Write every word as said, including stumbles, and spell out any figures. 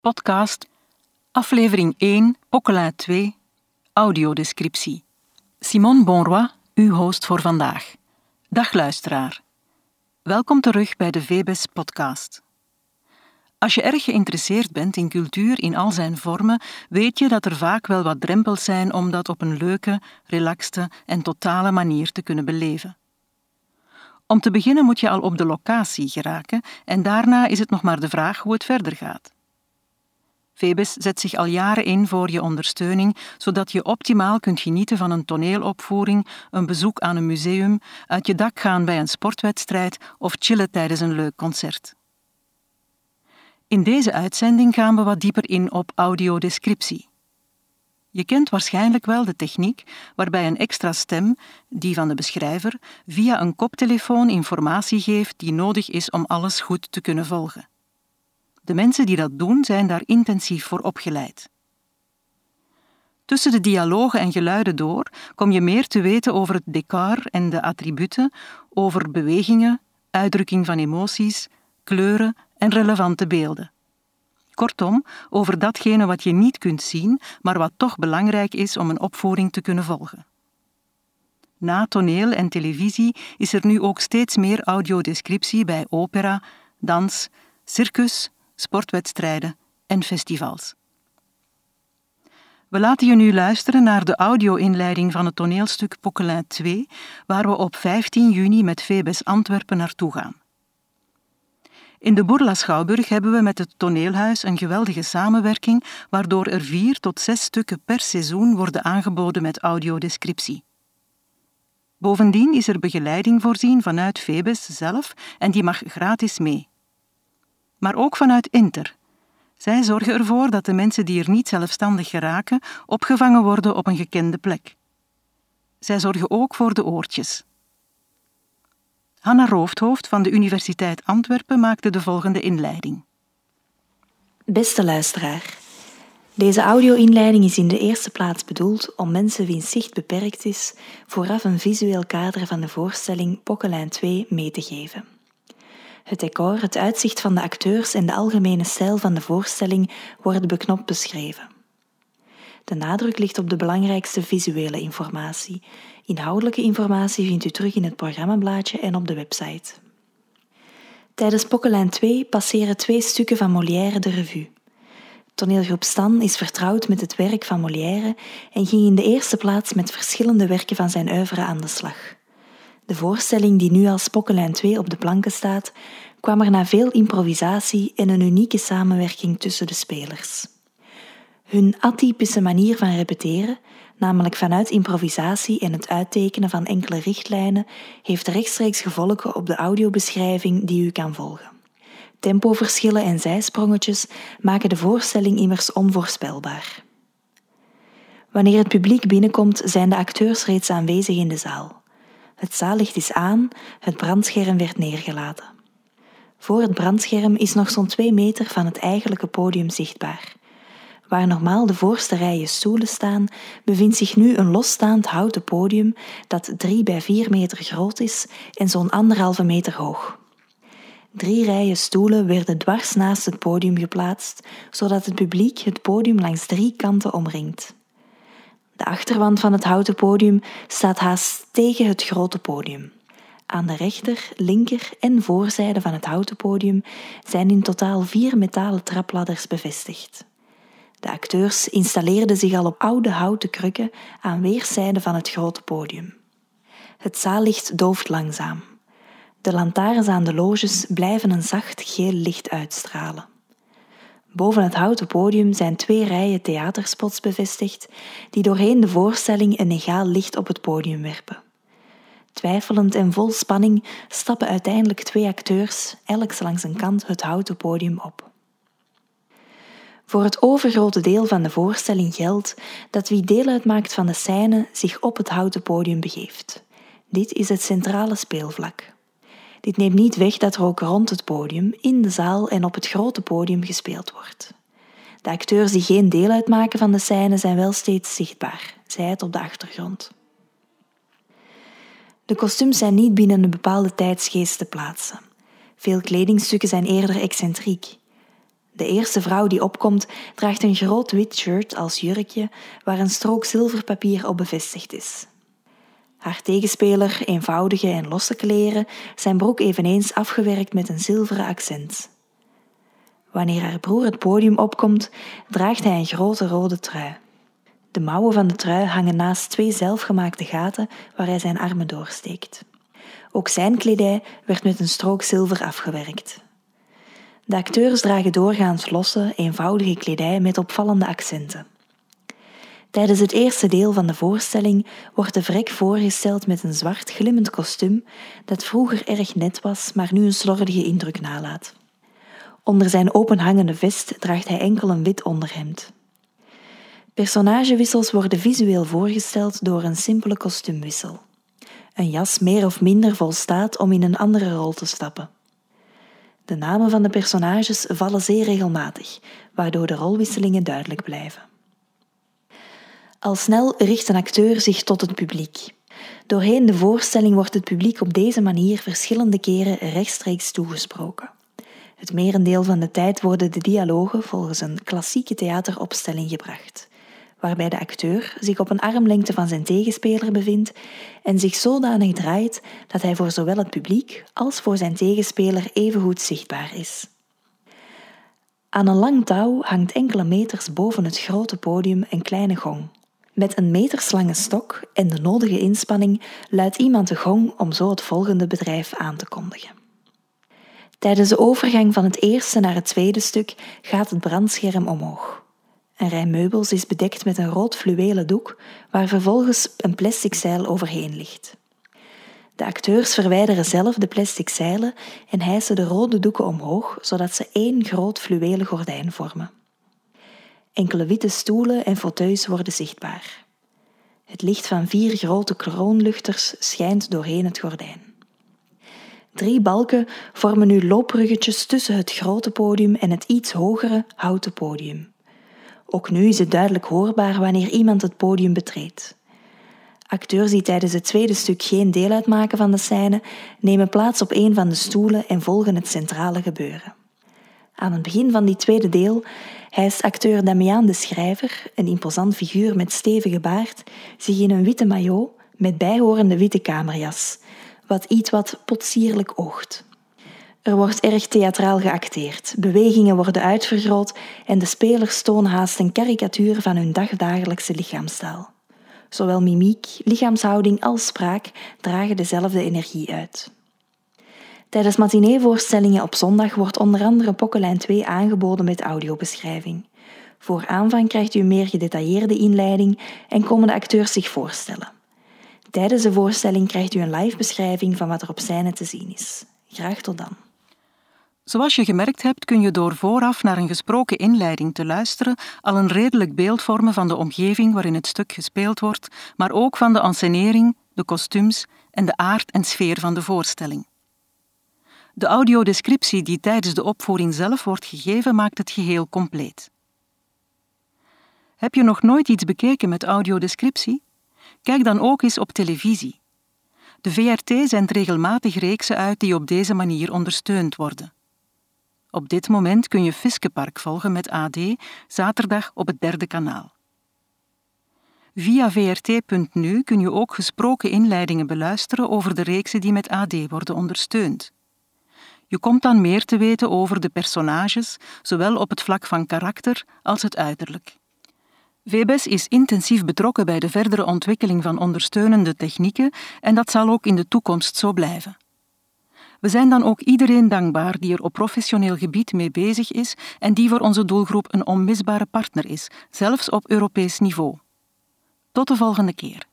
Podcast, aflevering één, Poquelin twee, audiodescriptie. Simone Bonroy, uw host voor vandaag. Dag luisteraar. Welkom terug bij de Vebes podcast. Als je erg geïnteresseerd bent in cultuur in al zijn vormen, weet je dat er vaak wel wat drempels zijn om dat op een leuke, relaxte en totale manier te kunnen beleven. Om te beginnen moet je al op de locatie geraken en daarna is het nog maar de vraag hoe het verder gaat. Vebes zet zich al jaren in voor je ondersteuning, zodat je optimaal kunt genieten van een toneelopvoering, een bezoek aan een museum, uit je dak gaan bij een sportwedstrijd of chillen tijdens een leuk concert. In deze uitzending gaan we wat dieper in op audiodescriptie. Je kent waarschijnlijk wel de techniek waarbij een extra stem, die van de beschrijver, via een koptelefoon informatie geeft die nodig is om alles goed te kunnen volgen. De mensen die dat doen, zijn daar intensief voor opgeleid. Tussen de dialogen en geluiden door kom je meer te weten over het decor en de attributen, over bewegingen, uitdrukking van emoties, kleuren en relevante beelden. Kortom, over datgene wat je niet kunt zien, maar wat toch belangrijk is om een opvoering te kunnen volgen. Na toneel en televisie is er nu ook steeds meer audiodescriptie bij opera, dans, circus, sportwedstrijden en festivals. We laten je nu luisteren naar de audio-inleiding van het toneelstuk Poquelin twee, waar we op vijftien juni met Vebes Antwerpen naartoe gaan. In de Bourla Schouwburg hebben we met het toneelhuis een geweldige samenwerking, waardoor er vier tot zes stukken per seizoen worden aangeboden met audiodescriptie. Bovendien is er begeleiding voorzien vanuit Vebes zelf en die mag gratis mee. Maar ook vanuit Inter. Zij zorgen ervoor dat de mensen die er niet zelfstandig geraken, opgevangen worden op een gekende plek. Zij zorgen ook voor de oortjes. Hanna Roofdhoofd van de Universiteit Antwerpen maakte de volgende inleiding. Beste luisteraar, deze audio-inleiding is in de eerste plaats bedoeld om mensen wiens zicht beperkt is vooraf een visueel kader van de voorstelling Poquelin twee mee te geven. Het decor, het uitzicht van de acteurs en de algemene stijl van de voorstelling worden beknopt beschreven. De nadruk ligt op de belangrijkste visuele informatie. Inhoudelijke informatie vindt u terug in het programmablaadje en op de website. Tijdens Poquelin twee passeren twee stukken van Molière de revue. Toneelgroep Stan is vertrouwd met het werk van Molière en ging in de eerste plaats met verschillende werken van zijn oeuvre aan de slag. De voorstelling die nu als Poquelin twee op de planken staat, kwam er na veel improvisatie en een unieke samenwerking tussen de spelers. Hun atypische manier van repeteren, namelijk vanuit improvisatie en het uittekenen van enkele richtlijnen, heeft rechtstreeks gevolgen op de audiobeschrijving die u kan volgen. Tempoverschillen en zijsprongetjes maken de voorstelling immers onvoorspelbaar. Wanneer het publiek binnenkomt, zijn de acteurs reeds aanwezig in de zaal. Het zaallicht is aan, het brandscherm werd neergelaten. Voor het brandscherm is nog zo'n twee meter van het eigenlijke podium zichtbaar. Waar normaal de voorste rijen stoelen staan, bevindt zich nu een losstaand houten podium dat drie bij vier meter groot is en zo'n anderhalve meter hoog. Drie rijen stoelen werden dwars naast het podium geplaatst, zodat het publiek het podium langs drie kanten omringt. De achterwand van het houten podium staat haast tegen het grote podium. Aan de rechter, linker en voorzijde van het houten podium zijn in totaal vier metalen trapladders bevestigd. De acteurs installeerden zich al op oude houten krukken aan weerszijden van het grote podium. Het zaallicht dooft langzaam. De lantaarns aan de loges blijven een zacht geel licht uitstralen. Boven het houten podium zijn twee rijen theaterspots bevestigd die doorheen de voorstelling een egaal licht op het podium werpen. Twijfelend en vol spanning stappen uiteindelijk twee acteurs, elk langs een kant, het houten podium op. Voor het overgrote deel van de voorstelling geldt dat wie deel uitmaakt van de scène zich op het houten podium begeeft. Dit is het centrale speelvlak. Dit neemt niet weg dat er ook rond het podium, in de zaal en op het grote podium gespeeld wordt. De acteurs die geen deel uitmaken van de scène zijn wel steeds zichtbaar, zij het op de achtergrond. De kostuums zijn niet binnen een bepaalde tijdsgeest te plaatsen. Veel kledingstukken zijn eerder excentriek. De eerste vrouw die opkomt draagt een groot wit shirt als jurkje waar een strook zilverpapier op bevestigd is. Haar tegenspeler, eenvoudige en losse kleren, zijn broek eveneens afgewerkt met een zilveren accent. Wanneer haar broer het podium opkomt, draagt hij een grote rode trui. De mouwen van de trui hangen naast twee zelfgemaakte gaten waar hij zijn armen doorsteekt. Ook zijn kledij werd met een strook zilver afgewerkt. De acteurs dragen doorgaans losse, eenvoudige kledij met opvallende accenten. Tijdens het eerste deel van de voorstelling wordt de vrek voorgesteld met een zwart glimmend kostuum dat vroeger erg net was, maar nu een slordige indruk nalaat. Onder zijn openhangende vest draagt hij enkel een wit onderhemd. Personagewissels worden visueel voorgesteld door een simpele kostuumwissel. Een jas meer of minder volstaat om in een andere rol te stappen. De namen van de personages vallen zeer regelmatig, waardoor de rolwisselingen duidelijk blijven. Al snel richt een acteur zich tot het publiek. Doorheen de voorstelling wordt het publiek op deze manier verschillende keren rechtstreeks toegesproken. Het merendeel van de tijd worden de dialogen volgens een klassieke theateropstelling gebracht, waarbij de acteur zich op een armlengte van zijn tegenspeler bevindt en zich zodanig draait dat hij voor zowel het publiek als voor zijn tegenspeler evengoed zichtbaar is. Aan een lang touw hangt enkele meters boven het grote podium een kleine gong. Met een meterslange stok en de nodige inspanning luidt iemand de gong om zo het volgende bedrijf aan te kondigen. Tijdens de overgang van het eerste naar het tweede stuk gaat het brandscherm omhoog. Een rij meubels is bedekt met een rood fluwelen doek, waar vervolgens een plastic zeil overheen ligt. De acteurs verwijderen zelf de plastic zeilen en hijsen de rode doeken omhoog, zodat ze één groot fluwelen gordijn vormen. Enkele witte stoelen en fauteuils worden zichtbaar. Het licht van vier grote kroonluchters schijnt doorheen het gordijn. Drie balken vormen nu loopbruggetjes tussen het grote podium en het iets hogere houten podium. Ook nu is het duidelijk hoorbaar wanneer iemand het podium betreedt. Acteurs die tijdens het tweede stuk geen deel uitmaken van de scène, nemen plaats op een van de stoelen en volgen het centrale gebeuren. Aan het begin van dit tweede deel hijst acteur Damiaan de Schrijver, een imposant figuur met stevige baard, zich in een witte maillot met bijhorende witte kamerjas, wat iets wat potsierlijk oogt. Er wordt erg theatraal geacteerd, bewegingen worden uitvergroot en de spelers tonen haast een karikatuur van hun dagdagelijkse lichaamstaal. Zowel mimiek, lichaamshouding als spraak dragen dezelfde energie uit. Tijdens matineevoorstellingen op zondag wordt onder andere Pokelijn twee aangeboden met audiobeschrijving. Voor aanvang krijgt u een meer gedetailleerde inleiding en komen de acteurs zich voorstellen. Tijdens de voorstelling krijgt u een live beschrijving van wat er op scène te zien is. Graag tot dan. Zoals je gemerkt hebt, kun je door vooraf naar een gesproken inleiding te luisteren al een redelijk beeld vormen van de omgeving waarin het stuk gespeeld wordt, maar ook van de enscenering, de kostuums en de aard en sfeer van de voorstelling. De audiodescriptie die tijdens de opvoering zelf wordt gegeven, maakt het geheel compleet. Heb je nog nooit iets bekeken met audiodescriptie? Kijk dan ook eens op televisie. De V R T zendt regelmatig reeksen uit die op deze manier ondersteund worden. Op dit moment kun je Fiskepark volgen met A D, zaterdag op het derde kanaal. Via V R T punt nu kun je ook gesproken inleidingen beluisteren over de reeksen die met A D worden ondersteund. Je komt dan meer te weten over de personages, zowel op het vlak van karakter als het uiterlijk. V B S is intensief betrokken bij de verdere ontwikkeling van ondersteunende technieken en dat zal ook in de toekomst zo blijven. We zijn dan ook iedereen dankbaar die er op professioneel gebied mee bezig is en die voor onze doelgroep een onmisbare partner is, zelfs op Europees niveau. Tot de volgende keer.